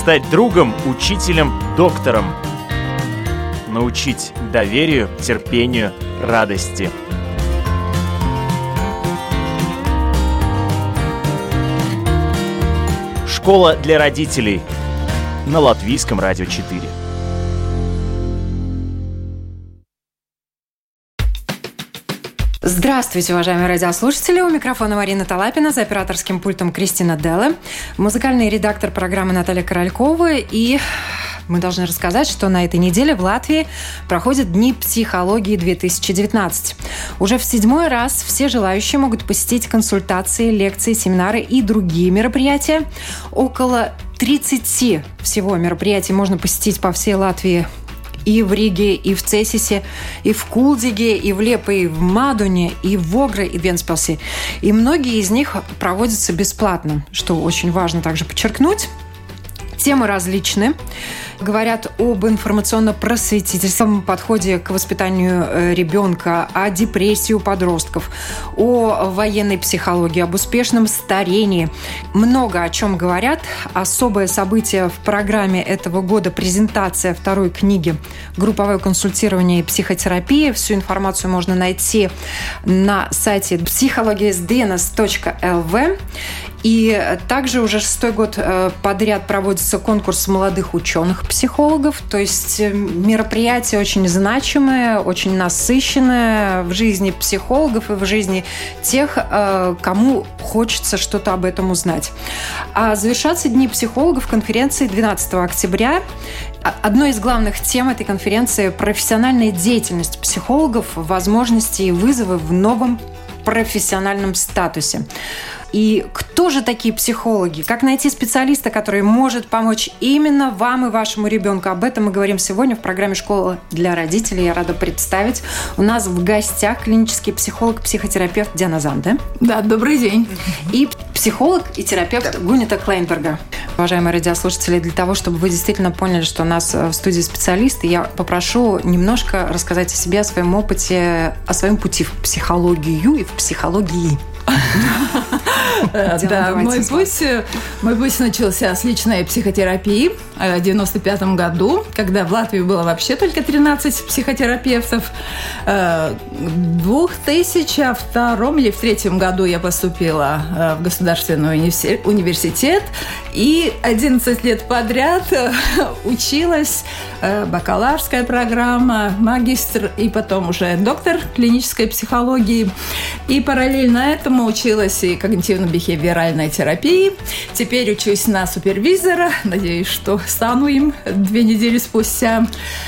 стать другом, учителем, доктором. Научить доверию, терпению, радости. Школа для родителей на Латвийском радио 4. Здравствуйте, уважаемые радиослушатели! У микрофона Марина Талапина, за операторским пультом Кристина Делле, музыкальный редактор программы Наталья Королькова. И мы должны рассказать, что на этой неделе в Латвии проходят Дни психологии 2019. Уже в 7-й раз все желающие могут посетить консультации, лекции, семинары и другие мероприятия. Около 30 всего мероприятий можно посетить по всей Латвии. И в Риге, и в Цесисе, и в Кулдиге, и в Лепе, и в Мадуне, и в Огре, и в Венспилсе. И многие из них проводятся бесплатно, что очень важно также подчеркнуть. Темы различны. Говорят об информационно-просветительском подходе к воспитанию ребенка, о депрессии у подростков, о военной психологии, об успешном старении. Много о чем говорят. Особое событие в программе этого года – презентация второй книги «Групповое консультирование и психотерапия». Всю информацию можно найти на сайте psychologiesdienas.lv. И также уже 6-й год подряд проводится конкурс молодых ученых-психологов. То есть мероприятие очень значимое, очень насыщенное в жизни психологов и в жизни тех, кому хочется что-то об этом узнать. А завершатся Дни психологов конференции 12 октября. Одной из главных тем этой конференции – профессиональная деятельность психологов, возможности и вызовы в новом профессиональном статусе. И кто же такие психологи? Как найти специалиста, который может помочь именно вам и вашему ребенку? Об этом мы говорим сегодня в программе «Школа для родителей». Я рада представить. У нас в гостях клинический психолог, психотерапевт Диана Занде. Да, добрый день. И психолог и терапевт Гунита Клейнберга. Уважаемые радиослушатели, для того, чтобы вы действительно поняли, что у нас в студии специалисты, я попрошу немножко рассказать о себе, о своем опыте, о своем пути в психологию и в психологии. Да, мой путь начался с личной психотерапии в 1995 году, когда в Латвии было вообще только 13 психотерапевтов. В 2002 или в 2003 году я поступила в Государственный университет и 11 лет подряд училась, бакалаврская программа, магистр и потом уже доктор клинической психологии. И параллельно этому училась и когнитивно-бихевиоральной терапии. Теперь учусь на супервизора. Надеюсь, что стану им 2 недели спустя.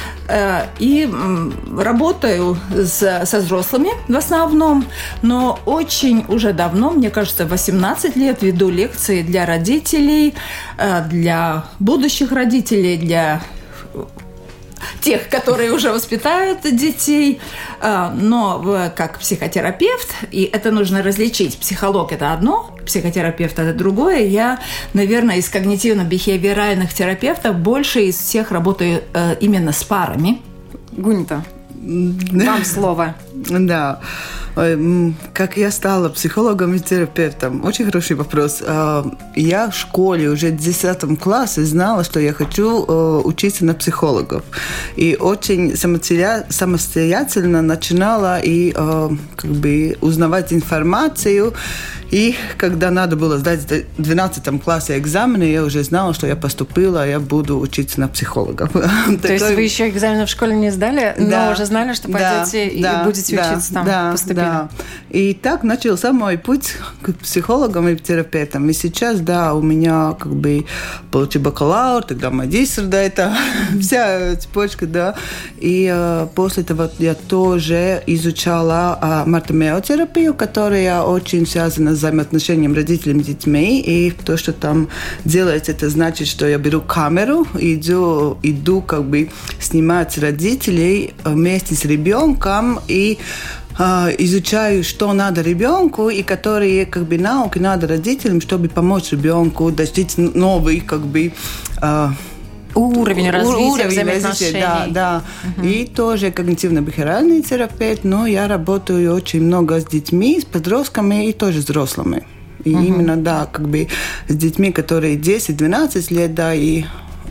И работаю со взрослыми в основном, но очень уже давно, мне кажется, 18 лет веду лекции для родителей, для будущих родителей, для тех, которые уже воспитают детей, но как психотерапевт, и это нужно различить. Психолог – это одно, психотерапевт – это другое. Я, наверное, из когнитивно-бихевиоральных терапевтов больше из всех работаю именно с парами. Гунита, вам слово. Да. Как я стала психологом и терапевтом? Очень хороший вопрос. Я в школе уже в 10 классе знала, что я хочу учиться на психологов. И очень самостоятельно начинала и узнавать информацию. И когда надо было сдать в 12 классе экзамены, я уже знала, что я поступила, я буду учиться на психологов. То есть вы еще экзамены в школе не сдали, но уже знали, что пойдете и будете учиться там поступить? Да. И так начался мой путь к психологам и терапевтам. И сейчас, у меня получил бакалавр, тогда магистр, это вся цепочка, И после того я тоже изучала мартомеотерапию, которая очень связана с взаимоотношением родителей и детьми. И то, что там делается, это значит, что я беру камеру, иду снимать родителей вместе с ребенком и изучаю, что надо ребенку, и которые науки надо родителям, чтобы помочь ребенку достичь новый уровень развития взаимоотношений. Да. И тоже когнитивно-бихевиоральный терапевт, но я работаю очень много с детьми, с подростками и тоже взрослыми. И именно, с детьми, которые 10-12 лет, и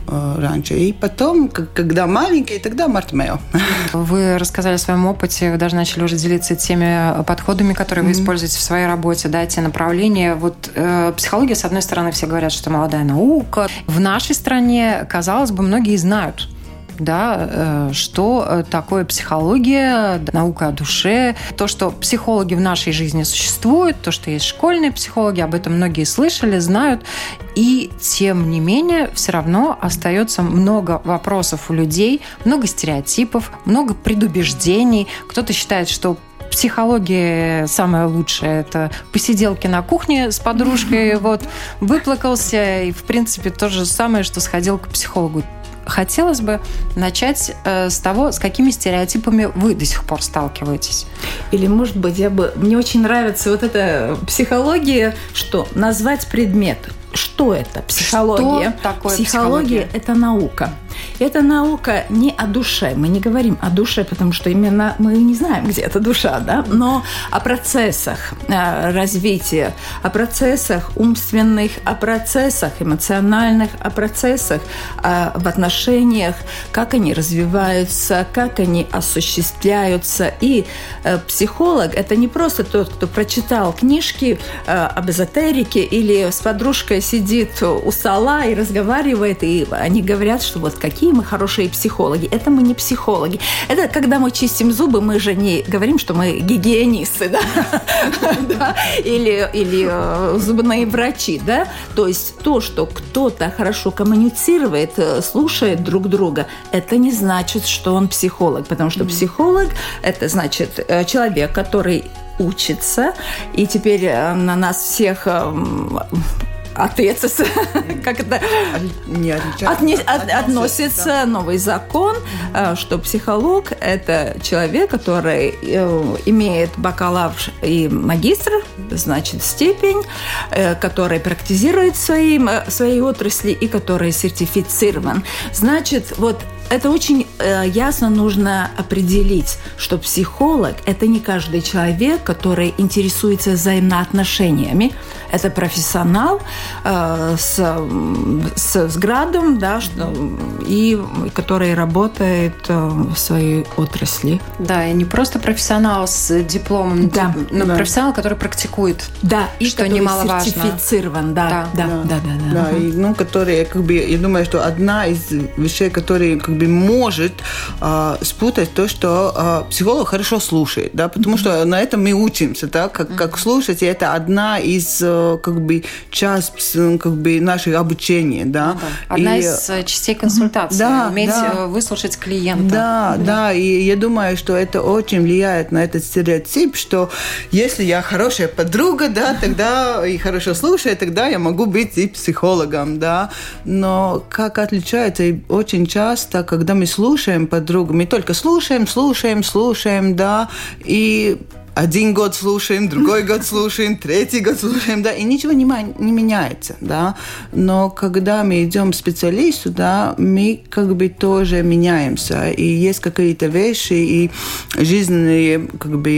раньше. И потом, когда маленький, тогда Мартмео. Вы рассказали о своем опыте, вы даже начали уже делиться теми подходами, которые вы используете в своей работе, да, те направления. Вот психология, с одной стороны, все говорят, что молодая наука. В нашей стране, казалось бы, многие знают, да, что такое психология, наука о душе, то, что психологи в нашей жизни существуют, то, что есть школьные психологи, об этом многие слышали, знают, и тем не менее все равно остается много вопросов у людей, много стереотипов, много предубеждений. Кто-то считает, что психология самое лучшее. Это посиделки на кухне с подружкой, вот, выплакался, и, в принципе, то же самое, что сходил к психологу. Хотелось бы начать с того, с какими стереотипами вы до сих пор сталкиваетесь. Или, может быть, мне очень нравится вот эта психология, что назвать предмет. Что это психология? Что такое психология? Это наука. Это наука не о душе. Мы не говорим о душе, потому что именно мы не знаем, где эта душа, да? Но о процессах развития, о процессах умственных, о процессах эмоциональных, о процессах в отношениях, как они развиваются, как они осуществляются. И психолог – это не просто тот, кто прочитал книжки об эзотерике или с подружкой сидит у стола и разговаривает, и они говорят, что вот какие мы хорошие психологи. Это мы не психологи. Это когда мы чистим зубы, мы же не говорим, что мы гигиенисты, да? Или зубные врачи, да? То есть то, что кто-то хорошо коммуницирует, слушает друг друга, это не значит, что он психолог, потому что психолог – это значит человек, который учится, и теперь на нас всех ответственность, как это относится новый закон, что психолог – это человек, который имеет бакалавр и магистр, значит, степень, который практизирует в своей отрасли и который сертифицирован. Значит, вот это очень ясно нужно определить, что психолог – это не каждый человек, который интересуется взаимоотношениями. Это профессионал с градом, да, и который работает в своей отрасли. Да, и не просто профессионал с дипломом, да, но профессионал, который практикует, да, и что немаловажно. Сертифицирован, да. И, которые, я думаю, что одна из вещей, которые может спутать то, что психолог хорошо слушает, да, потому что на этом мы учимся, да, как слушать, и это одна из часть нашего обучения, да. Одна из частей консультации, уметь выслушать клиента. Да, и я думаю, что это очень влияет на этот стереотип, что если я хорошая подруга, да, тогда и хорошо слушаю, тогда я могу быть и психологом, да, но как отличается, и очень часто, когда мы слушаем подругу, мы только слушаем, да, и один год слушаем, другой год слушаем, третий год слушаем, да, и ничего не меняется, да. Но когда мы идем к специалисту, да, мы тоже меняемся, и есть какие-то вещи и жизненные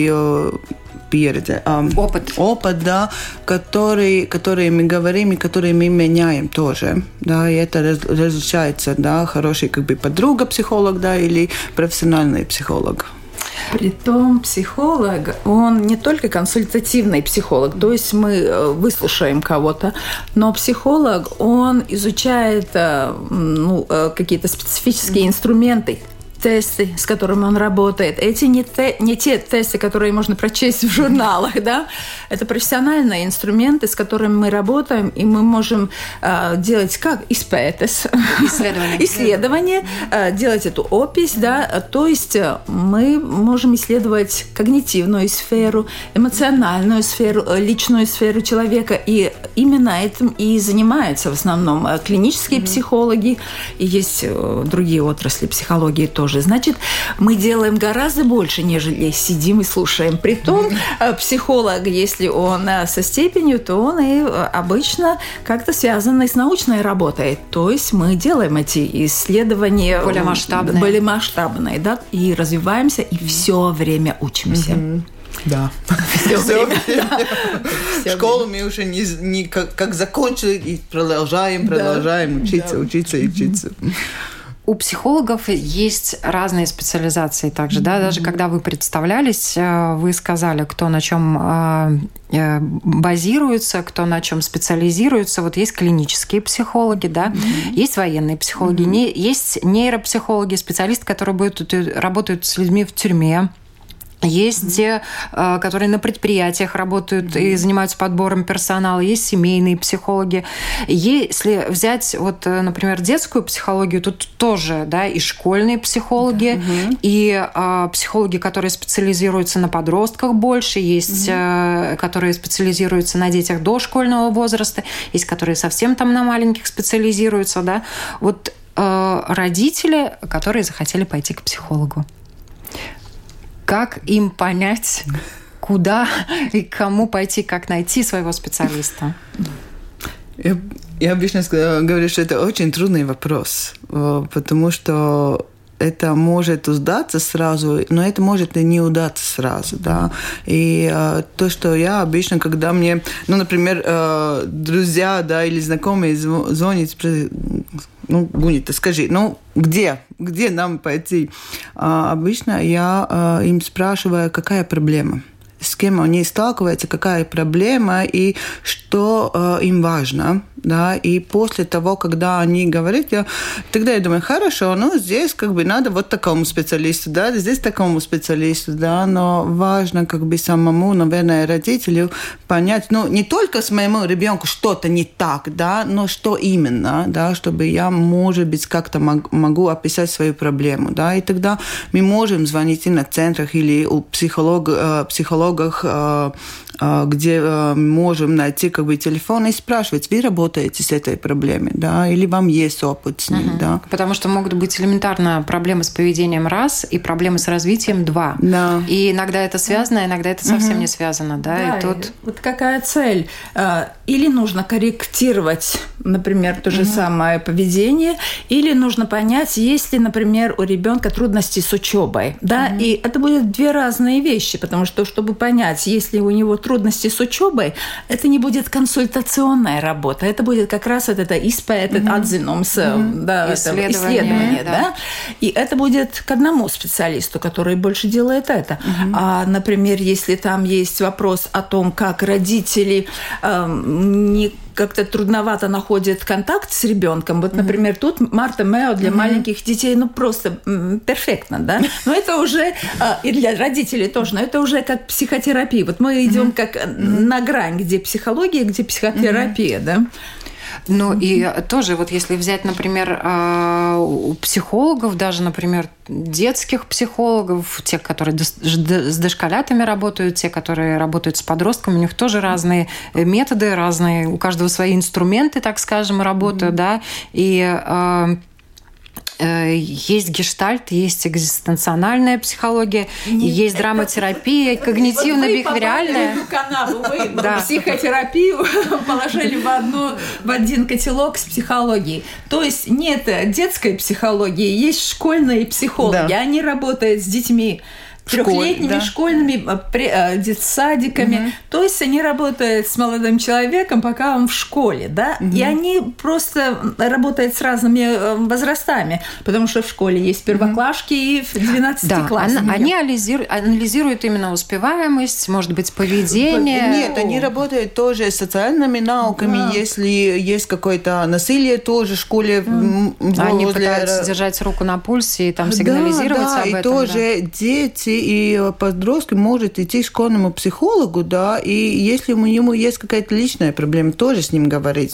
опыт, да, которые мы говорим и которые мы меняем тоже, да, и это различается, да, хороший подруга психолог, да, или профессиональный психолог. Притом психолог, он не только консультативный психолог, то есть мы выслушаем кого-то, но психолог, он изучает какие-то специфические инструменты, тесты, с которыми он работает. Эти не те тесты, которые можно прочесть в журналах, да? Это профессиональные инструменты, с которыми мы работаем, и мы можем делать как исследование, делать эту опись, да? То есть мы можем исследовать когнитивную сферу, эмоциональную сферу, личную сферу человека, и именно этим и занимаются в основном клинические психологи, и есть другие отрасли психологии тоже. Значит, мы делаем гораздо больше, нежели сидим и слушаем. Притом, психолог, если он со степенью, то он и обычно как-то связан с научной работой. То есть мы делаем эти исследования более масштабные, да, и развиваемся, и все время учимся. Да. Все время. Школу мы уже не как закончили и продолжаем учиться. У психологов есть разные специализации также, да? Даже когда вы представлялись, вы сказали, кто на чем базируется, кто на чем специализируется. Вот есть клинические психологи, да? Есть военные психологи, есть нейропсихологи, специалисты, которые работают с людьми в тюрьме. Есть те, которые на предприятиях работают и занимаются подбором персонала, есть семейные психологи. Если взять, вот, например, детскую психологию, тут тоже, да, и школьные психологи, и психологи, которые специализируются на подростках больше, есть, которые специализируются на детях дошкольного возраста, есть, которые совсем там на маленьких специализируются, да. Вот родители, которые захотели пойти к психологу. Как им понять, куда и к кому пойти, как найти своего специалиста? Я обычно говорю, что это очень трудный вопрос, потому что это может удаться сразу, но это может и не удаться сразу, да. И то, что я обычно, когда мне, например, друзья, да, или знакомые звонят, Гунита, скажи, где нам пойти? Обычно я им спрашиваю, какая проблема, с кем они сталкиваются, какая проблема и что им важно. Да, и после того, когда они говорят, тогда я думаю, хорошо, здесь надо вот такому специалисту, да, здесь такому специалисту, да, но важно самому, наверное, родителю понять, не только с моему ребенку что-то не так, да, но что именно, да, чтобы я, может быть, как-то могу описать свою проблему, да, и тогда мы можем звонить и на центрах или у психологах, где можем найти телефон и спрашивать, вы работаете с этой проблемой, да, или вам есть опыт с ней, да. Потому что могут быть элементарно проблемы с поведением раз и проблемы с развитием два. Да. И иногда это связано, иногда это совсем не связано, да. Да, и тут... Вот какая цель? Или нужно корректировать, например, то же самое поведение, или нужно понять, есть ли, например, у ребенка трудности с учебой, да, и это будут две разные вещи, потому что, чтобы понять, есть ли у него трудности с учебой, это не будет консультационная работа, это будет как раз это отзинумс, да, исследование, да, и это будет к одному специалисту, который больше делает это. А, например, если там есть вопрос о том, как родители не как-то трудновато находят контакт с ребенком. Вот, например, тут Марта Мео для маленьких детей, просто перфектно, да. Но это уже и для родителей тоже, но это уже как психотерапия. Вот мы идем как на грань, где психология, где психотерапия, да. И тоже, вот если взять, например, у психологов, даже, например, детских психологов, те, которые с дошколятами работают, те, которые работают с подростками, у них тоже разные методы, разные, у каждого свои инструменты, так скажем, работы, да, и... Есть гештальт, есть экзистенциональная психология, есть драматерапия, когнитивно-бихевиоральная. Вы психотерапию положили в один котелок с психологией. То есть нет детской психологии, есть школьные психологи. Да. Они работают с детьми. Трехлетними школьными детсадиками. То есть они работают с молодым человеком, пока он в школе, да, и они просто работают с разными возрастами, потому что в школе есть первоклашки и 12-классники. Они анализируют именно успеваемость, может быть, поведение. Нет, они работают тоже с социальными науками, если есть какое-то насилие тоже в школе. Они пытаются держать руку на пульсе и там сигнализировать об этом. И тоже дети и подростки может идти к школьному психологу, да, и если у него есть какая-то личная проблема, тоже с ним говорить.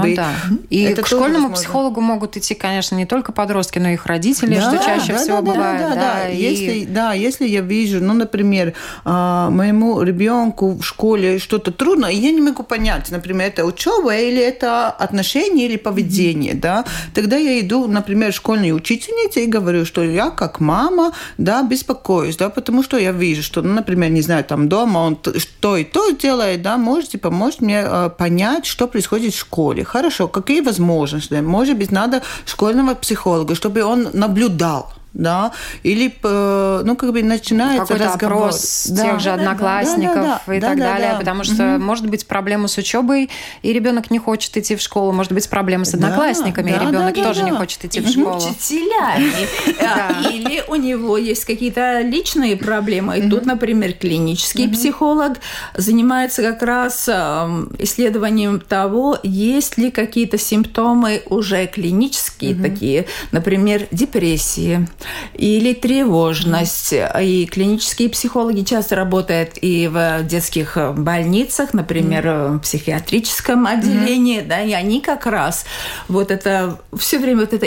И к школьному психологу могут идти, конечно, не только подростки, но и их родители, что чаще всего бывает. Если я вижу, например, моему ребенку в школе что-то трудно, и я не могу понять, например, это учеба или это отношения или поведение, да, тогда я иду, например, к школьной учительнице и говорю, что я как мама, да, беспокоюсь, да, потому что я вижу, что, например, не знаю, там дома он что и то делает, да, можете помочь мне понять, что происходит в школе. Хорошо, какие возможности? Может быть, надо школьного психолога, чтобы он наблюдал. да, или, ну, как бы начинается какой-то разговор. Опрос тех же одноклассников и так далее, потому что может быть проблема с учебой, и ребенок не хочет идти в школу, может быть проблема с одноклассниками, и ребенок тоже не хочет идти в школу. Учителями. Или у него есть какие-то личные проблемы. И тут, например, клинический психолог занимается как раз исследованием того, есть ли какие-то симптомы уже клинические такие, например, депрессии или тревожность. И клинические психологи часто работают и в детских больницах, например, в психиатрическом отделении, да, и они как раз вот это все время вот это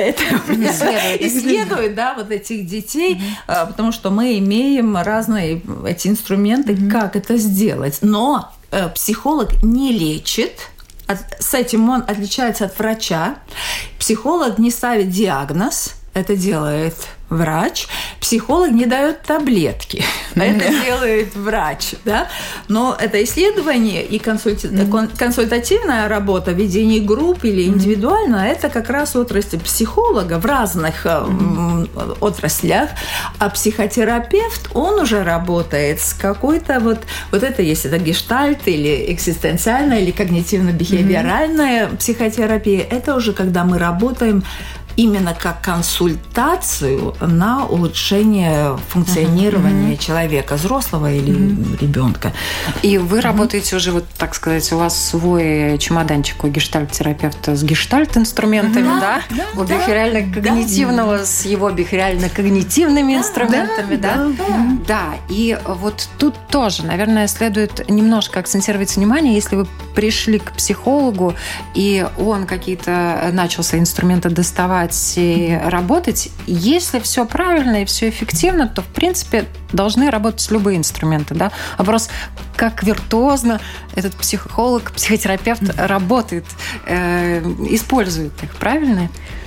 исследуют, да, вот этих детей, потому что мы имеем разные эти инструменты, как это сделать. Но психолог не лечит. С этим он отличается от врача. Психолог не ставит диагноз, это делает врач. Психолог не дает таблетки, это делает врач. Да? Но это исследование и консультативная работа, ведение групп или индивидуально, это как раз отрасль психолога в разных отраслях. А психотерапевт, он уже работает с какой-то вот это есть, это гештальт или экзистенциальная, или когнитивно-бихевиоральная психотерапия. Это уже когда мы работаем именно как консультацию на улучшение функционирования человека, взрослого или ребенка. И вы работаете уже, вот так сказать, у вас свой чемоданчик у гештальт-терапевта с гештальт-инструментами, да? У бихевиорально-когнитивного с его бихевиорально-когнитивными инструментами, да? Да, и вот тут тоже, наверное, следует немножко акцентировать внимание, если вы пришли к психологу, и он какие-то начал свои инструменты доставать и работать, если все правильно и все эффективно, то, в принципе, должны работать любые инструменты. Да? Вопрос, как виртуозно этот психолог, психотерапевт работает, использует их, правильно?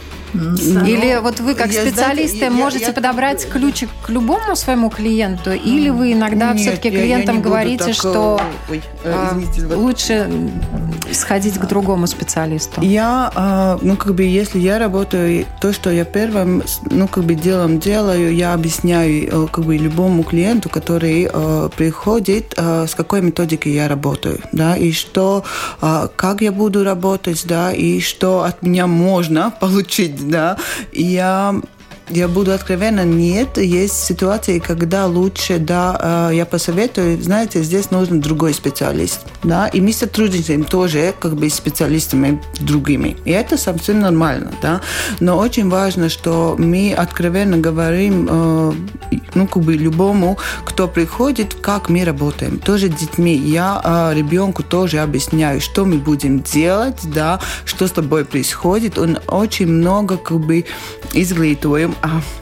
Или вот вы, как специалисты, можете подобрать ключик к любому своему клиенту, или вы иногда все-таки клиентам говорите, что лучше сходить к другому специалисту? Я, если я работаю, то, что я первым, делом делаю, я объясняю, любому клиенту, который приходит, с какой методикой я работаю, да, и что, как я буду работать, да, и что от меня можно получить, да, и я буду откровенна, нет, есть ситуации, когда лучше, да, я посоветую, знаете, здесь нужен другой специалист, да, и мы сотрудничаем тоже, с специалистами другими, и это совсем нормально, да, но очень важно, что мы откровенно говорим, любому, кто приходит, как мы работаем, тоже с детьми, я ребенку тоже объясняю, что мы будем делать, да, что с тобой происходит, он очень много, изглитываем,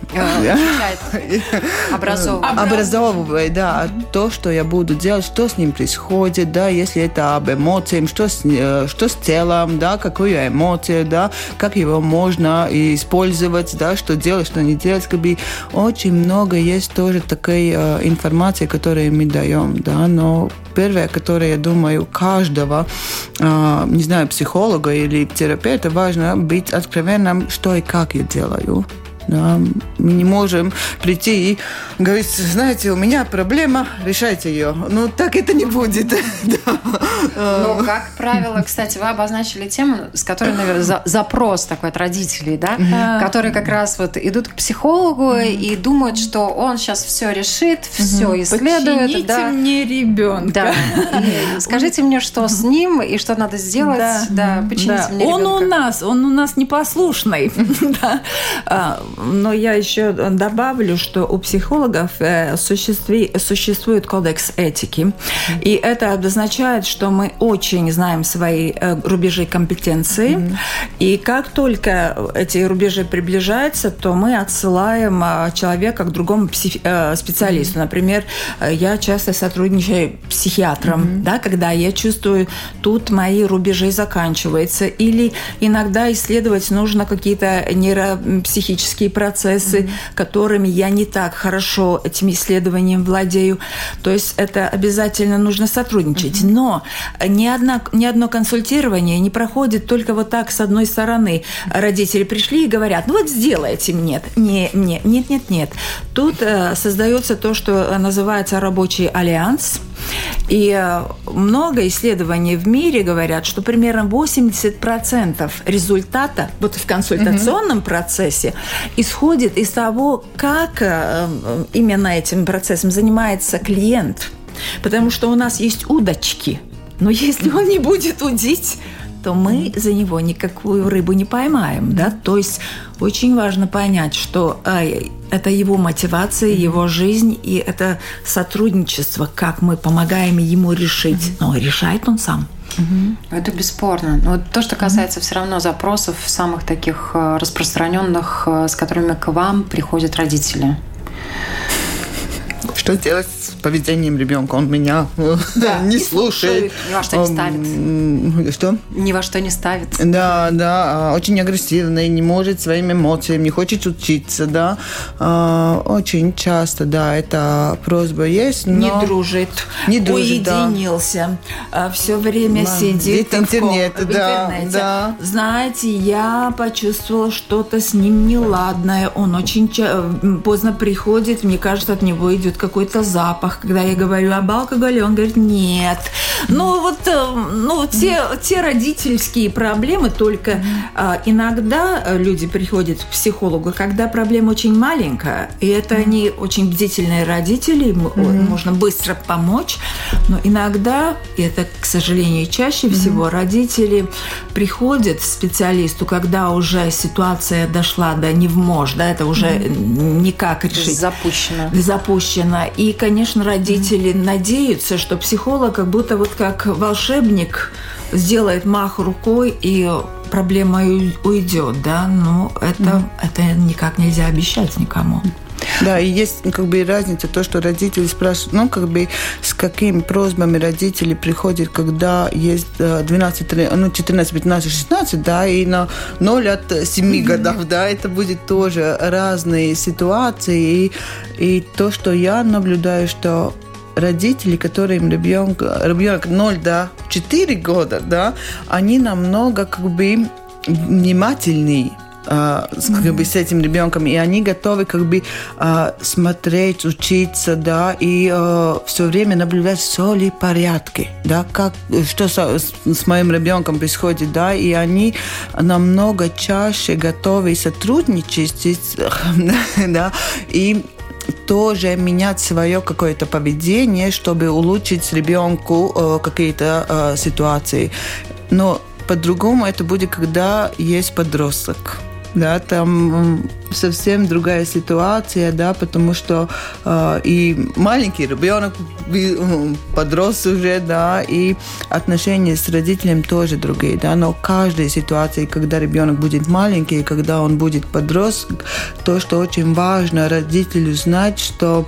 образовывает, да, то, что я буду делать, что с ним происходит, да, если это об эмоциях, что с телом, да, какую эмоцию, да, как его можно использовать, да, что делать, что не делать, очень много есть тоже такой информации, которую мы даем, да, но первое, которое, я думаю, каждого, психолога или терапевта, важно быть откровенным, что и как я делаю. Да, мы не можем прийти и говорить, знаете, у меня проблема, решайте ее. Так это не будет. Ну, как правило, кстати, вы обозначили тему, с которой, наверное, запрос такой от родителей, да, которые как раз вот идут к психологу и думают, что он сейчас все решит, все исследует. Почините мне ребенка. Да. Скажите мне, что с ним и что надо сделать. Да, почините мне ребенка. Он у нас непослушный. Но я еще добавлю, что у психологов существует кодекс этики. И это обозначает, что мы очень знаем свои рубежи компетенции. И как только эти рубежи приближаются, то мы отсылаем человека к другому специалисту. Например, я часто сотрудничаю с психиатром, да, когда я чувствую, тут мои рубежи заканчиваются. Или иногда исследовать нужно какие-то нейропсихические физические процессы, которыми я не так хорошо этим исследованием владею. То есть это обязательно нужно сотрудничать. Но ни одно консультирование не проходит только вот так с одной стороны. Родители пришли и говорят, ну вот сделайте мне. Нет. Тут создается то, что называется рабочий альянс. И много исследований в мире говорят, что примерно 80% результата вот в консультационном процессе исходит из того, как именно этим процессом занимается клиент. Потому что у нас есть удочки, но если он не будет удить, то мы за него никакую рыбу не поймаем. Да? То есть очень важно понять, что это его мотивация, его жизнь, и это сотрудничество, как мы помогаем ему решить. Но решает он сам. Это бесспорно. Но то, что касается все равно запросов самых таких распространенных, с которыми к вам приходят родители. Что делать с поведением ребенка? Он меня не слушает. Ни во что не ставит. Что? Ни во что не ставит. Да, очень агрессивный, не может своими эмоциями, не хочет учиться, да. Очень часто, да, эта просьба есть, но... Не дружит, уединился, все время сидит в интернете. Да. Знаете, я почувствовала что-то с ним неладное. Он очень поздно приходит, мне кажется, от него идет какой-то запах. Когда я говорю об алкоголе, он говорит, нет. Те родительские проблемы, только иногда люди приходят к психологу, когда проблема очень маленькая, и это они очень бдительные родители, можно быстро помочь, но иногда, и это, к сожалению, чаще всего, родители приходят к специалисту, когда уже ситуация дошла до невмож, да, это уже никак решить. Запущено. И, конечно, родители надеются, что психолог как будто вот как волшебник сделает мах рукой, и проблема уйдет, да, но это никак нельзя обещать никому. Да, и есть разница, то, что родители спрашивают, с какими просьбами родители приходят, когда есть 14, 15, 16, да, и на 0 от 7 годов, да, это будет тоже разные ситуации, и то, что я наблюдаю, что родители, которым ребенок 0 до 4 года, да, они намного внимательнее с этим ребенком, и они готовы смотреть, учиться, да, и все время наблюдать, все ли в порядке, да, что с моим ребенком происходит, да, и они намного чаще готовы сотрудничать, да, и тоже менять свое какое-то поведение, чтобы улучшить ребенку какие-то ситуации. Но по-другому это будет, когда есть подросток. Да, там совсем другая ситуация, да, потому что и маленький ребенок подрос уже, да, и отношения с родителем тоже другие, да, но в каждой ситуации, когда ребенок будет маленький, когда он будет подросток, то, что очень важно родителю знать, что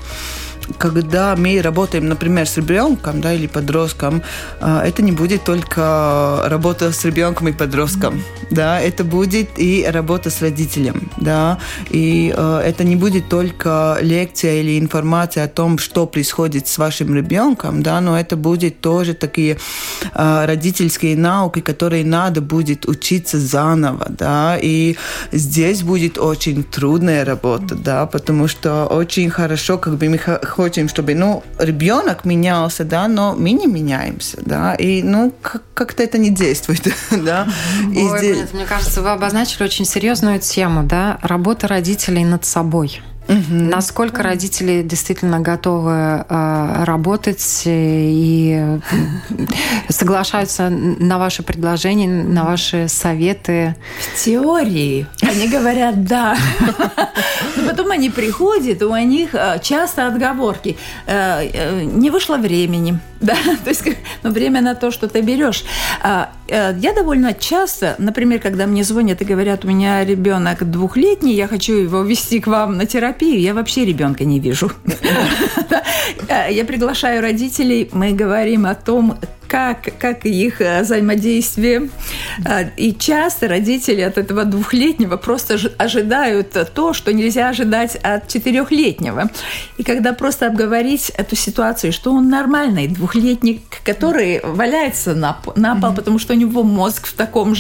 когда мы работаем, например, с ребенком, да, или подростком, это не будет только работа с ребенком и подростком, да, это будет и работа с родителем, да, и это не будет только лекция или информация о том, что происходит с вашим ребенком, да, но это будет тоже такие родительские науки, которые надо будет учиться заново, да, и здесь будет очень трудная работа, да, потому что очень хорошо, мы хотим, чтобы, ребенок менялся, да, но мы не меняемся, да, и, как-то это не действует, да. Мне кажется, вы обозначили очень серьезную тему, да, работа родителей над собой. Насколько родители действительно готовы работать и соглашаются на ваши предложения, на ваши советы? В теории они говорят «да». Но потом они приходят, у них часто отговорки. Не вышло времени. Да? То есть время на то, что ты берешь. Я довольно часто, например, когда мне звонят и говорят, у меня ребенок 2-летний, я хочу его везти к вам на терапию, я вообще ребенка не вижу. Я приглашаю родителей, мы говорим о том, как их взаимодействие. И часто родители от этого 2-летнего просто ожидают то, что нельзя ожидать от 4-летнего. И когда просто обговорить эту ситуацию, что он нормальный 2-летний, который валяется на пол, потому что у него мозг в таком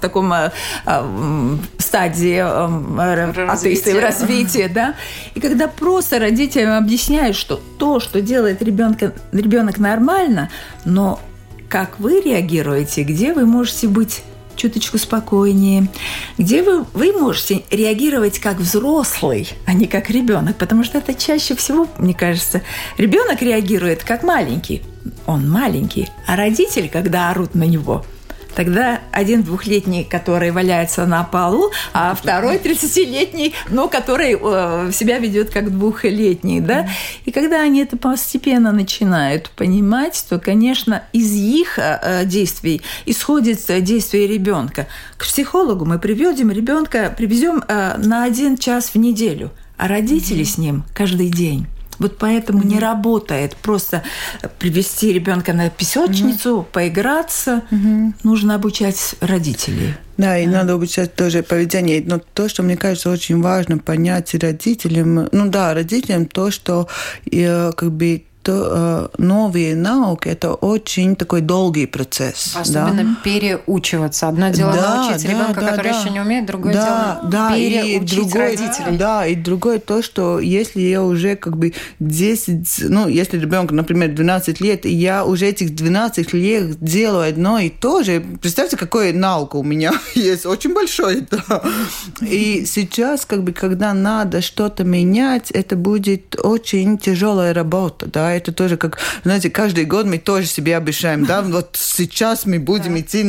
стадии развития, да. И когда просто родителям объясняют, что то, что делает ребенок нормально, но как вы реагируете, где вы можете быть чуточку спокойнее, где вы можете реагировать как взрослый, а не как ребенок, потому что это чаще всего, мне кажется, ребенок реагирует как маленький, он маленький, а родитель, когда орут на него, тогда один 2-летний, который валяется на полу, а второй 30-летний, но который себя ведет как 2-летний, да. И когда они это постепенно начинают понимать, то, конечно, из их действий исходит действие ребенка. К психологу мы привезем на 1 час в неделю, а родители с ним каждый день. Вот поэтому не работает просто привести ребенка на песочницу, поиграться. Нужно обучать родителей. Да, и надо обучать тоже поведение. Но то, что мне кажется очень важно понять родителям, родителям то, что новые науки – это очень такой долгий процесс. Особенно переучиваться. Одно дело научить ребенка, который еще не умеет, другое дело переучить родителей. Да, и другое то, что если я уже 10, если ребенку, например, 12 лет, и я уже этих 12 лет делаю одно и то же, представьте, какая наука у меня есть, очень большой, да. И сейчас, когда надо что-то менять, это будет очень тяжелая работа, да. Это тоже как, знаете, каждый год мы тоже себе обещаем, да, вот сейчас мы будем идти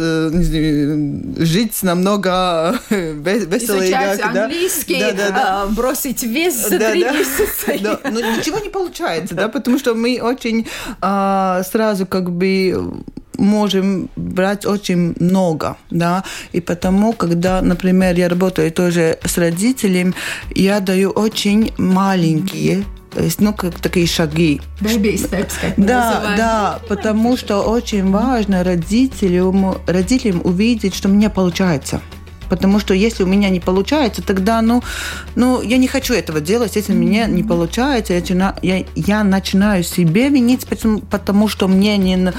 жить намного веселее. Изучать английский, бросить вес за 3 месяца. Да. Но ничего не получается, да, потому что мы очень сразу можем брать очень много, да, и потому, когда, например, я работаю тоже с родителями, я даю очень маленькие, такие шаги. Baby steps, как мы называем. Да, потому что очень важно родителям увидеть, что мне получается. Потому что если у меня не получается, тогда, я не хочу этого делать. Если мне не получается, я начинаю себе винить, потому что мне не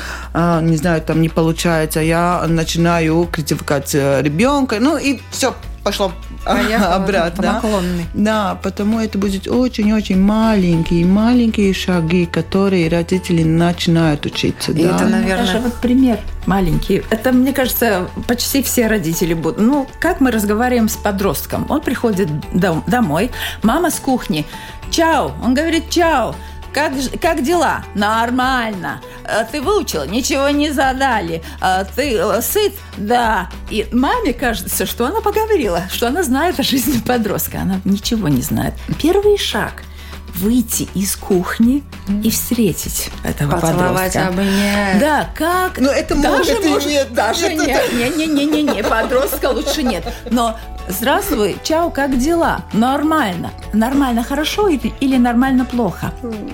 получается. Я начинаю критиковать ребенка, и все пошло обратно. Да, потому это будет очень-очень маленькие шаги, которые родители начинают учиться. И это, наверное, даже пример маленький. Это, мне кажется, почти все родители будут. Как мы разговариваем с подростком? Он приходит домой, мама с кухни. Чао! Он говорит чао! Как дела? Нормально. Ты выучила? Ничего не задали. Ты сыт? Да. И маме кажется, что она поговорила, что она знает о жизни подростка. Она ничего не знает. Первый шаг – выйти из кухни и встретить этого поцеловать, подростка. Обнять. Да, как? Это даже может. Даже нет. Подростка лучше нет. Но здравствуй, чао, как дела? Нормально. Нормально хорошо или нормально плохо?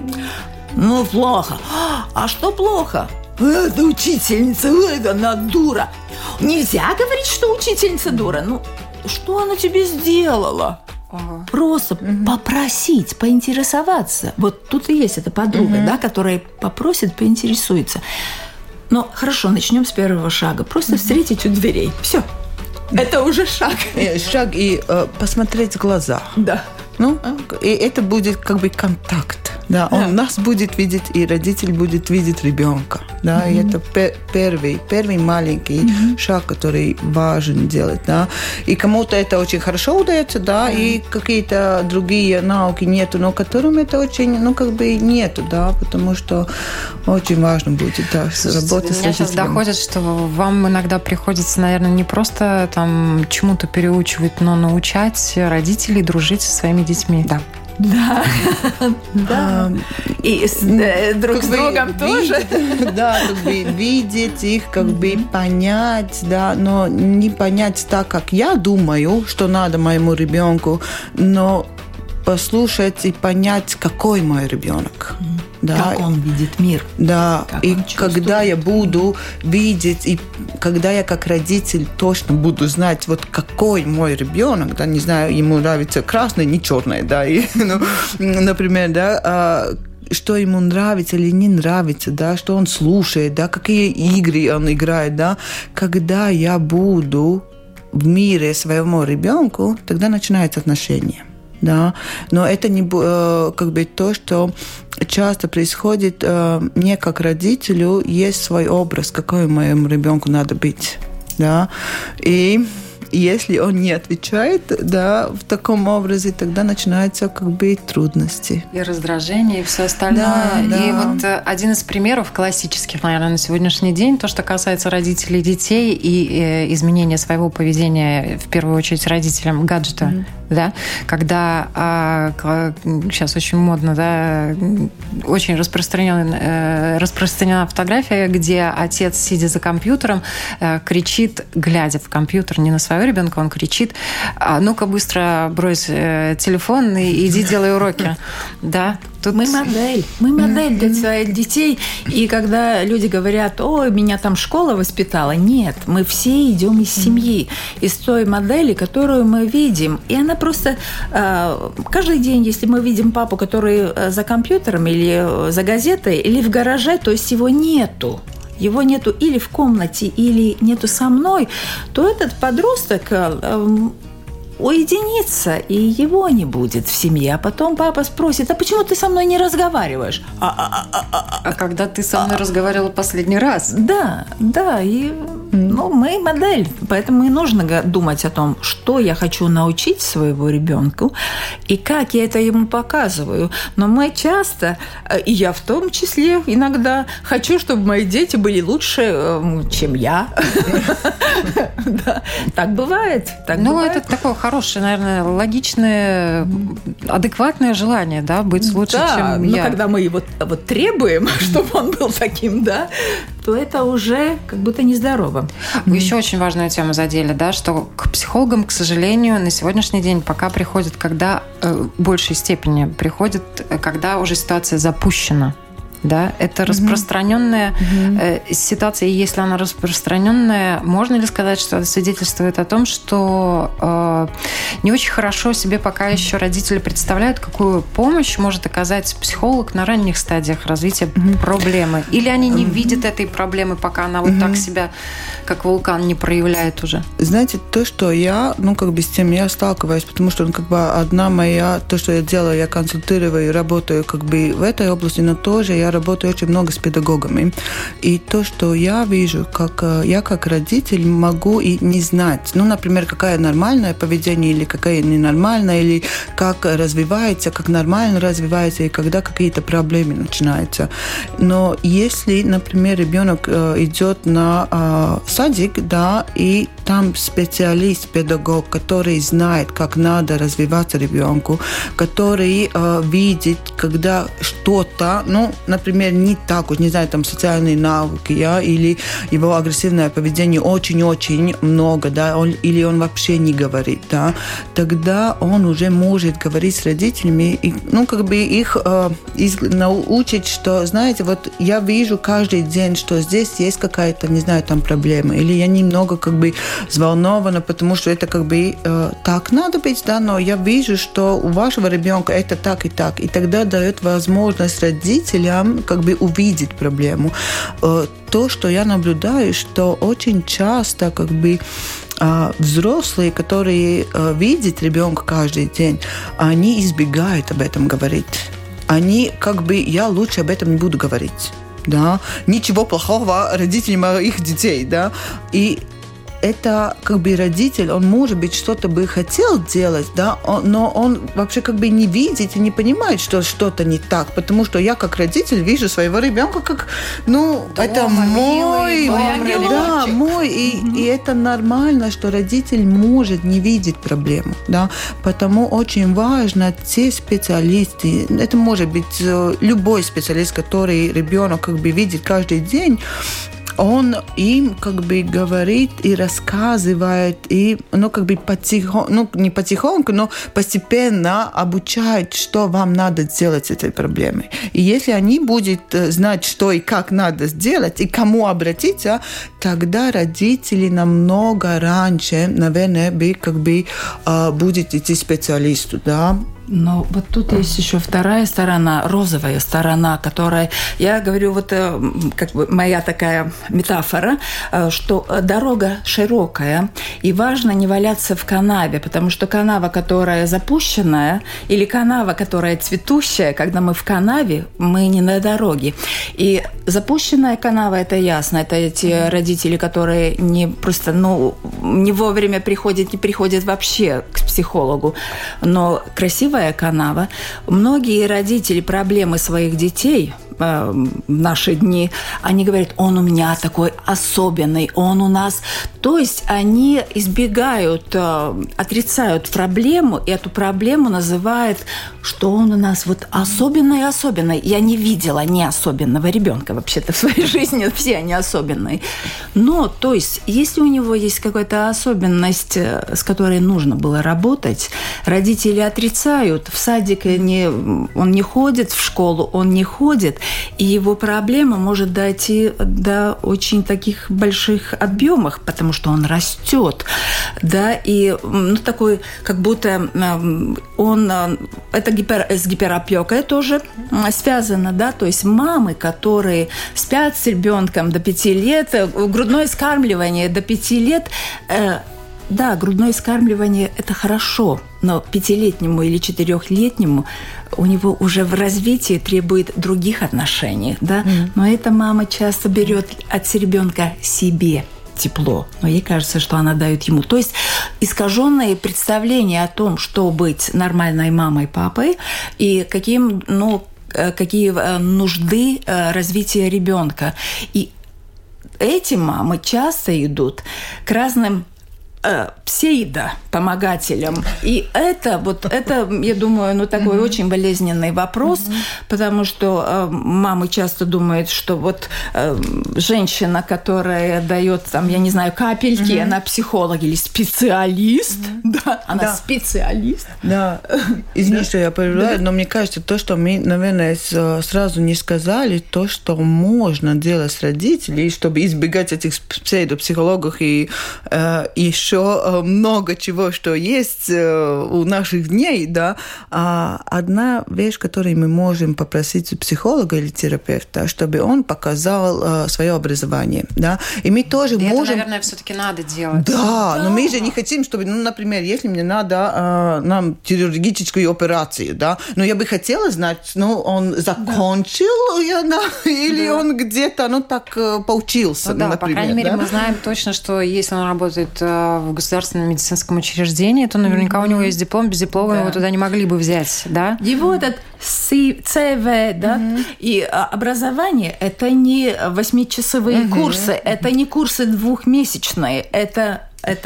Плохо. А что плохо? Это учительница, она дура. Нельзя говорить, что учительница дура. Что она тебе сделала? Просто попросить, поинтересоваться. Вот тут и есть эта подруга, да, которая попросит, поинтересуется. Но хорошо, начнем с первого шага. Просто встретить у дверей. Все. Это уже шаг. Шаг и посмотреть в глаза. Да. И это будет контакт. Да, он нас будет видеть, и родитель будет видеть ребенка. Да, и это первый маленький шаг, который важен делать. Да. И кому-то это очень хорошо удается, да, и какие-то другие науки нету, но которым это очень, нету, да, потому что очень важно будет, да, работать с родителями. Меня сейчас доходит, что вам иногда приходится, наверное, не просто чему-то переучивать, но научать родителей дружить со своими детьми. Да. Да. И друг с другом тоже. Да, видеть их, понять, да, но не понять так, как я думаю, что надо моему ребенку, но послушать и понять, какой мой ребенок. Да. Как он видит мир. Да, и когда я буду видеть, и когда я как родитель точно буду знать, вот какой мой ребенок, да, не знаю, ему нравится красное, не черное, да, и, ну, например, да, что ему нравится или не нравится, да, что он слушает, да, какие игры он играет, да, когда я буду в мире своему ребенку, тогда начинаются отношения. Да, но это не как бы то, что часто происходит. Мне как родителю есть свой образ, какой моему ребенку надо быть, да, и если он не отвечает, да, в таком образе, тогда начинаются как бы трудности. И раздражение, и все остальное. Да. И вот один из примеров классических, наверное, на сегодняшний день, то, что касается родителей и детей и изменения своего поведения, в первую очередь, родителям гаджета, да, когда сейчас очень модно, да, очень распространена фотография, где отец, сидя за компьютером, кричит, глядя в компьютер, не на своего ребенка, он кричит: ну-ка быстро брось телефон и иди делай уроки. Да. Тут... Мы модель для своих детей. И когда люди говорят: ой, меня там школа воспитала, нет, мы все идем из семьи, из той модели, которую мы видим. И она просто каждый день, если мы видим папу, который за компьютером или за газетой, или в гараже, то есть его нету или в комнате, или нету со мной, то этот подросток уединится, и его не будет в семье. А потом папа спросит: а почему ты со мной не разговариваешь? А когда ты со мной разговаривала последний раз? Да, и мы модель, поэтому и нужно думать о том, что я хочу научить своего ребенка и как я это ему показываю. Но мы часто, и я в том числе иногда, хочу, чтобы мои дети были лучше, чем я. Так бывает. Это такое хорошее, наверное, логичное, адекватное желание, да, быть лучше, чем я. Но когда мы его требуем, чтобы он был таким, да, то это уже как будто нездорово. Вы еще очень важную тему задели, да, что к психологам, к сожалению, на сегодняшний день пока приходят, когда в большей степени приходят, когда уже ситуация запущена. Да, это распространенная ситуация, и если она распространенная, можно ли сказать, что это свидетельствует о том, что не очень хорошо себе пока еще родители представляют, какую помощь может оказать психолог на ранних стадиях развития проблемы? Или они не видят этой проблемы, пока она вот так себя, как вулкан, не проявляет уже? Знаете, то, что я, с тем я сталкиваюсь, потому что то, что я делаю, я консультирую и работаю в этой области, но тоже я работаю очень много с педагогами. И то, что я вижу, я как родитель могу и не знать, например, какое нормальное поведение или какое ненормальное, или как развивается, как нормально развивается, и когда какие-то проблемы начинаются. Но если, например, ребенок идет на садик, да, и там специалист, педагог, который знает, как надо развиваться ребенку, который видит, когда что-то, например, не так, не знаю, там социальные навыки, или его агрессивное поведение очень-очень много, да, или он вообще не говорит, да, тогда он уже может говорить с родителями и, их научить, что, знаете, вот я вижу каждый день, что здесь есть какая-то, не знаю, там проблема, или я немного взволнована, потому что это так надо быть, да, но я вижу, что у вашего ребенка это так, и тогда дает возможность родителям увидеть проблему. То, что я наблюдаю, что очень часто взрослые, которые видят ребенка каждый день, они избегают об этом говорить. Они я лучше об этом не буду говорить. Да? Ничего плохого родителей моих детей. Да? И это родитель, он, может быть, что-то бы хотел делать, да, но он вообще не видит и не понимает, что что-то не так, потому что я как родитель вижу своего ребенка как, это мой, и это нормально, что родитель может не видеть проблему, да, потому очень важно те специалисты, это может быть любой специалист, который ребенок видит каждый день, он им говорит и рассказывает, и не потихоньку, но постепенно обучает, что вам надо сделать с этой проблемой. И если они будут знать, что и как надо сделать, и кому обратиться, тогда родители намного раньше, наверное, будет идти специалисту, да. Но вот тут есть еще вторая сторона, розовая сторона, которая, я говорю, моя такая метафора, что дорога широкая, и важно не валяться в канаве, потому что канава, которая запущенная, или канава, которая цветущая, когда мы в канаве, мы не на дороге. И запущенная канава, это ясно, это эти родители, которые не вовремя не приходят вообще к психологу, но красивая канава. Многие родители проблемы своих детей в наши дни, они говорят, он у меня такой особенный, он у нас... То есть они избегают, отрицают проблему, и эту проблему называют, что он у нас особенный. Я не видела не особенного ребенка вообще-то в своей жизни, все они особенные. Но, то есть, если у него есть какая-то особенность, с которой нужно было работать, родители отрицают, в садик он не ходит, в школу он не ходит, и его проблема может дойти до очень таких больших объемов, потому что он растет, да, и такой, как будто он, это с гиперопекой тоже связано, да, то есть мамы, которые спят с ребенком до 5 лет, грудное вскармливание до 5 лет, да, грудное вскармливание – это хорошо, но 5-летнему или 4-летнему у него уже в развитии требует других отношений, да, но эта мама часто берет от ребенка себе тепло, но ей кажется, что она дает ему. То есть искаженные представления о том, что быть нормальной мамой, папой, и какие нужды развития ребенка. И эти мамы часто идут к разным псевдопомогателям. И это, я думаю, такой очень болезненный вопрос, потому что мамы часто думают, что женщина, которая дает, я не знаю, капельки, она психолог или специалист, да, она специалист. Да, извини, что я перебиваю, но мне кажется, то, что мы, наверное, сразу не сказали, то, что можно делать с родителями, чтобы избегать этих псевдопсихологов и еще много чего, что есть у наших дней, да. Одна вещь, которую мы можем попросить у психолога или терапевта, чтобы он показал свое образование, да. И мы тоже можем... Это, наверное, все-таки надо делать. Да, но мы же не хотим, чтобы, например, если мне надо нам хирургическую операцию, да, но я бы хотела знать, он закончил или он где-то, так поучился, например. По крайней мере, мы знаем точно, что если он работает в государственном медицинском учреждении, то наверняка у него есть диплом, без диплома его туда не могли бы взять, да? Его этот ЦВ, да, и образование – это не 8-часовые курсы, это не курсы 2-месячные, это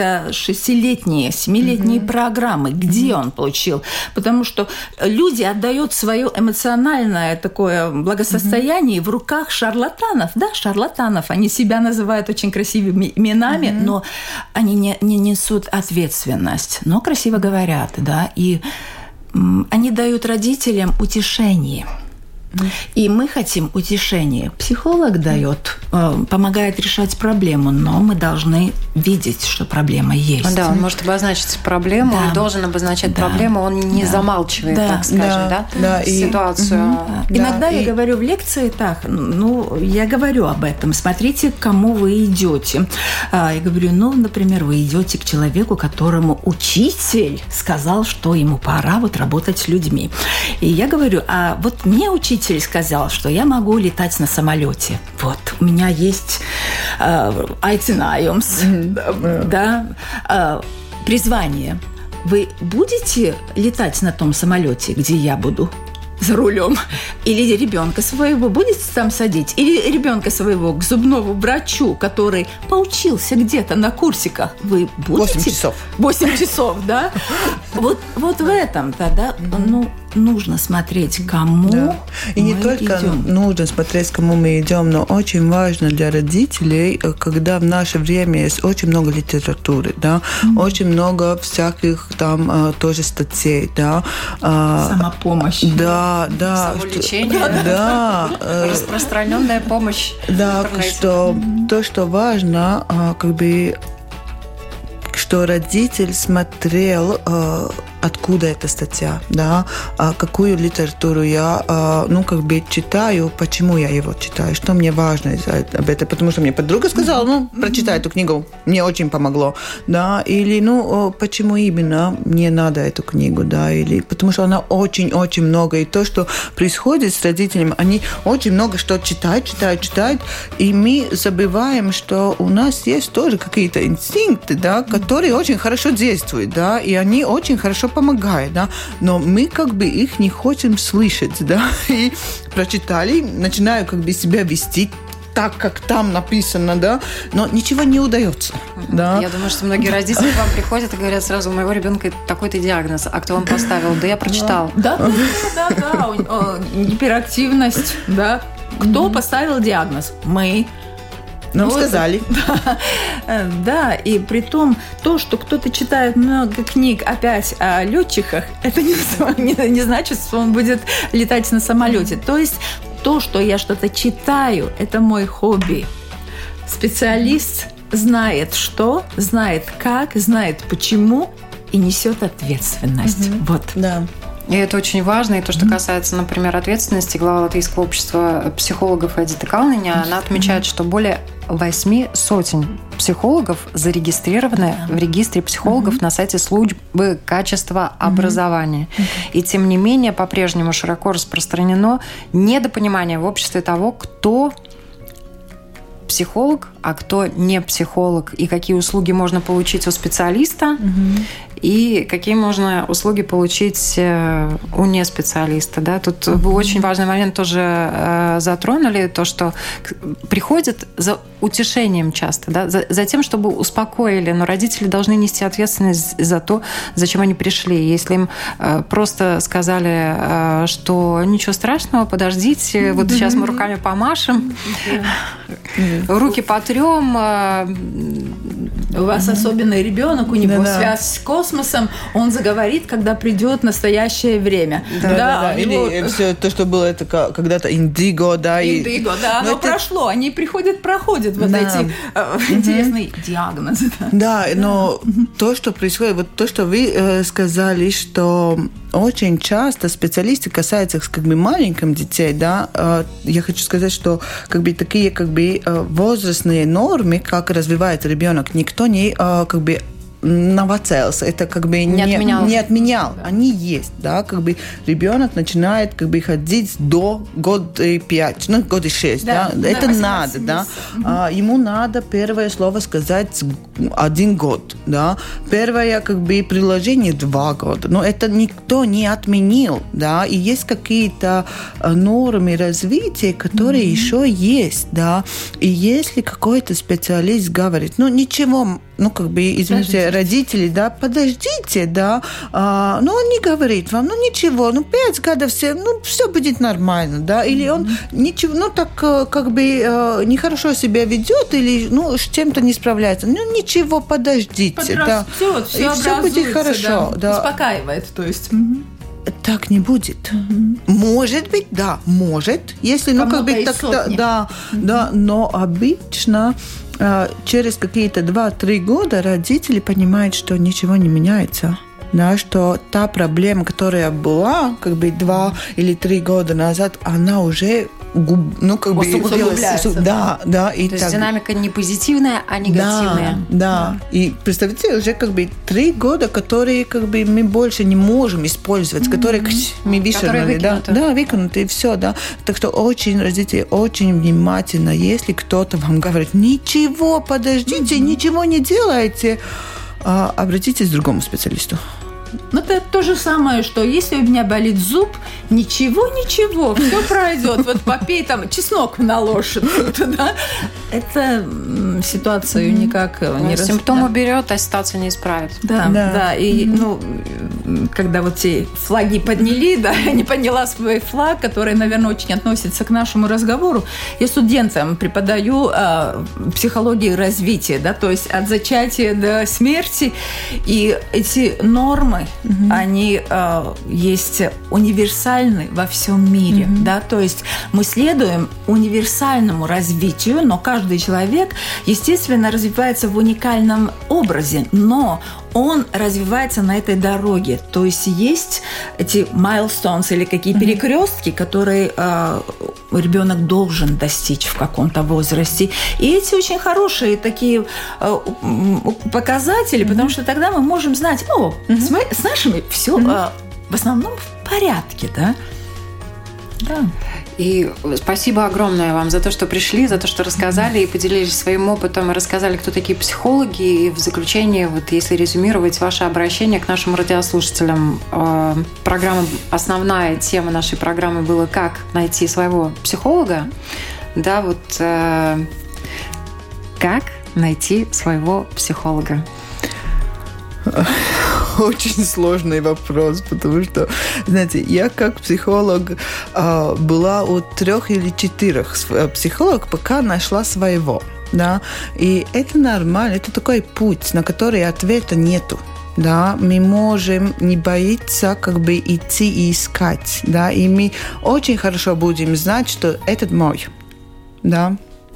6-летние, 7-летние программы. Где он получил? Потому что люди отдают свое эмоциональное такое благосостояние в руках шарлатанов. Да, шарлатанов. Они себя называют очень красивыми именами, но они не несут ответственность. Но красиво говорят, да. И они дают родителям утешение. И мы хотим утешения. Психолог дает, помогает решать проблему, но мы должны видеть, что проблема есть. Да, он может обозначить проблему, он должен обозначать проблему, он не замалчивает, так скажем, ситуацию. Иногда я говорю в лекции я говорю об этом. Смотрите, к кому вы идете. Я говорю, например, вы идете к человеку, которому учитель сказал, что ему пора работать с людьми. И я говорю, мне учитель сказал, что я могу летать на самолете. У меня есть aicinājums, призвание. Вы будете летать на том самолете, где я буду за рулем? Или ребенка своего будете там садить? Или ребенка своего к зубному врачу, который поучился где-то на курсиках, вы будете? 8 часов. 8 часов, да? Вот в этом-то, да? нужно смотреть, кому да. И мы не только идем. нужно смотреть, кому мы идем, но очень важно для родителей, когда в наше время есть очень много литературы, да, очень много всяких там тоже статей, да. Самопомощь. Да. Самолечение. Да. Распространенная помощь. Да, что то, что важно, что родитель смотрел, откуда эта статья, да, какую литературу я, читаю, почему я его читаю, что мне важно об этом, потому что мне подруга сказала, прочитай эту книгу, мне очень помогло, да, или, почему именно мне надо эту книгу, да, или потому что она очень-очень много, и то, что происходит с родителями, они очень много что читают, и мы забываем, что у нас есть тоже какие-то инстинкты, да, которые очень хорошо действуют, да, и они очень хорошо помогает, да, но мы их не хотим слышать, да, и прочитали, начинаю себя вести так, как там написано, да, но ничего не удается, да. Я думаю, что многие родители к вам приходят и говорят сразу: у моего ребенка такой-то диагноз, а кто вам поставил? Да я прочитал. Да, гиперактивность, да. Кто поставил диагноз? Мы. Нам сказали. Да, и при том, то, что кто-то читает много книг опять о летчиках, это не значит, что он будет летать на самолете. То есть то, что я что-то читаю, это мой хобби. Специалист знает что, знает как, знает почему и несет ответственность. Вот. Да. И это очень важно. И то, что касается, например, ответственности, глава Латвийского общества психологов Эдита Калниņa, она отмечает, что более 800 психологов зарегистрированы в регистре психологов на сайте службы качества образования. И тем не менее, по-прежнему широко распространено недопонимание в обществе того, кто психолог, а кто не психолог, и какие услуги можно получить у специалиста, и какие можно услуги получить у неспециалиста. Да? Тут вы очень важный момент тоже затронули, то, что приходят за утешением часто, да? за тем, чтобы успокоили, но родители должны нести ответственность за то, зачем они пришли. Если им просто сказали, что ничего страшного, подождите, вот сейчас мы руками помашем, руки потрем. У вас особенный ребенок, у него связь с космосом, он заговорит, когда придет настоящее время. Да. Или все то, что было это когда-то индиго, да. Индиго, да, оно прошло, они проходят вот эти интересные диагнозы. Да, но то, что происходит, вот то, что вы сказали, что очень часто специалисты касаются маленьких детей, да, я хочу сказать, что такие возрастные нормы, как развивается ребенок, никто не новоцелился, это не отменял. Они есть, да, ребенок начинает ходить до года 5, года 6, да, это надо, да. Ему надо первое слово сказать 1 год, да, первое приложение 2 года, но это никто не отменил, да, и есть какие-то нормы развития, которые еще есть, да, и если какой-то специалист говорит, ничего, извините, родители, да, подождите, да, он не говорит вам, ничего, 5 годов все будет нормально, да, или он ничего, нехорошо себя ведет, или, с чем-то не справляется, ничего, подождите, да, и все будет хорошо, да. Успокаивает, то есть. Так не будет. Может быть, да, может, если, да, но обычно через какие-то 2-3 года родители понимают, что ничего не меняется. Да, что та проблема, которая была 2 или 3 года назад, она уже усугубляется. Да. И то есть динамика не позитивная, а негативная. Да. И представьте, уже 3 года, которые мы больше не можем использовать, которые мы вышвырнули, да, выкинуты, и все, да. Так что родители очень внимательно, если кто-то вам говорит, ничего, подождите, ничего не делайте, обратитесь к другому специалисту. Это то же самое, что если у меня болит зуб, ничего, все пройдет. Вот попей чеснок наложит. Да? Это ситуацию никак не симптом уберет, а ситуацию не исправит. Да. И когда вот те флаги подняли, да, я не поняла свой флаг, который, наверное, очень относится к нашему разговору. Я студентам преподаю психологию развития, да, то есть от зачатия до смерти. И эти нормы, они есть универсальны во всем мире, да, то есть мы следуем универсальному развитию, но каждый человек, естественно, развивается в уникальном образе, но он развивается на этой дороге. То есть эти milestones или какие перекрестки, которые ребенок должен достичь в каком-то возрасте. И эти очень хорошие такие показатели, потому что тогда мы можем знать, с нашими все в основном в порядке, да? Да. И спасибо огромное вам за то, что пришли, за то, что рассказали и поделились своим опытом, и рассказали, кто такие психологи. И в заключение, вот если резюмировать ваше обращение к нашим радиослушателям, основная тема нашей программы была «Как найти своего психолога». Да, вот как найти своего психолога? Очень сложный вопрос, потому что, знаете, я как психолог была у 3 или 4 психологов, пока нашла своего, да, и это нормально, это такой путь, на который ответа нету. Да, мы можем не бояться идти и искать, да, и мы очень хорошо будем знать, что этот мой, да.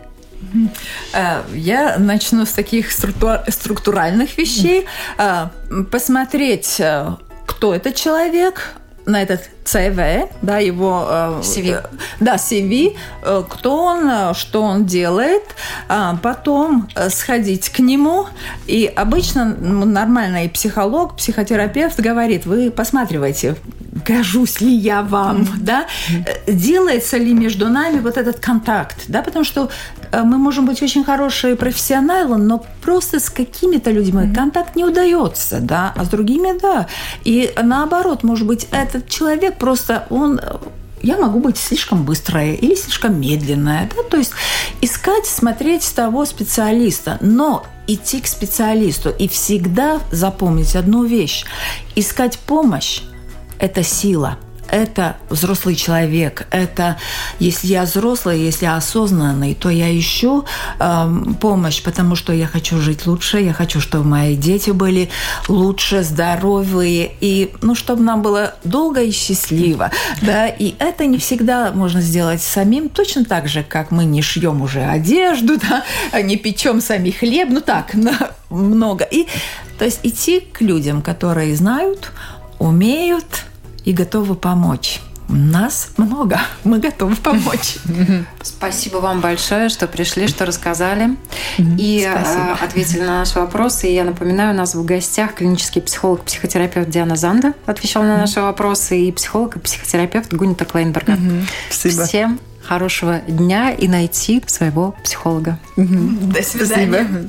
Я начну с таких структуральных вещей. Посмотреть, кто этот человек, на этот CV, да, его CV. Да, CV, кто он, что он делает, потом сходить к нему. И обычно нормальный психолог, психотерапевт говорит: вы посматривайте, гожусь ли я вам, да, делается ли между нами вот этот контакт, да, потому что мы можем быть очень хорошие профессионалы, но просто с какими-то людьми контакт не удается, да, а с другими, да. И наоборот, может быть, этот человек просто, я могу быть слишком быстрая или слишком медленная, да, то есть искать, смотреть того специалиста, но идти к специалисту и всегда запомнить одну вещь: искать помощь – это сила. Это взрослый человек. Это, если я взрослый, если я осознанный, то я ищу помощь, потому что я хочу жить лучше, я хочу, чтобы мои дети были лучше, здоровые, и, чтобы нам было долго и счастливо. Да? И это не всегда можно сделать самим, точно так же, как мы не шьем уже одежду, да? Не печем сами хлеб, много. И, то есть идти к людям, которые знают, умеют и готовы помочь. Нас много, мы готовы помочь. Спасибо вам большое, что пришли, что рассказали и ответили на наши вопросы. И я напоминаю, у нас в гостях клинический психолог, психотерапевт Диана Занда отвечала на наши вопросы, и психолог и психотерапевт Гунита Клейнберга. Спасибо. Всем хорошего дня и найти своего психолога. До свидания. Спасибо.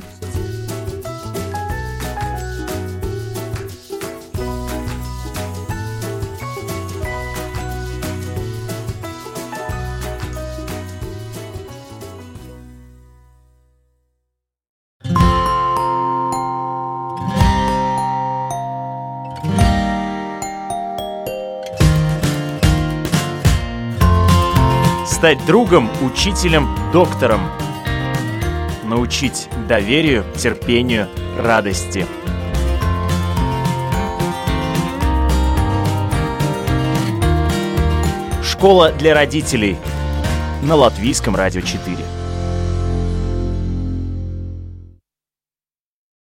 Стать другом, учителем, доктором. Научить доверию, терпению, радости. Школа для родителей на Латвийском радио 4.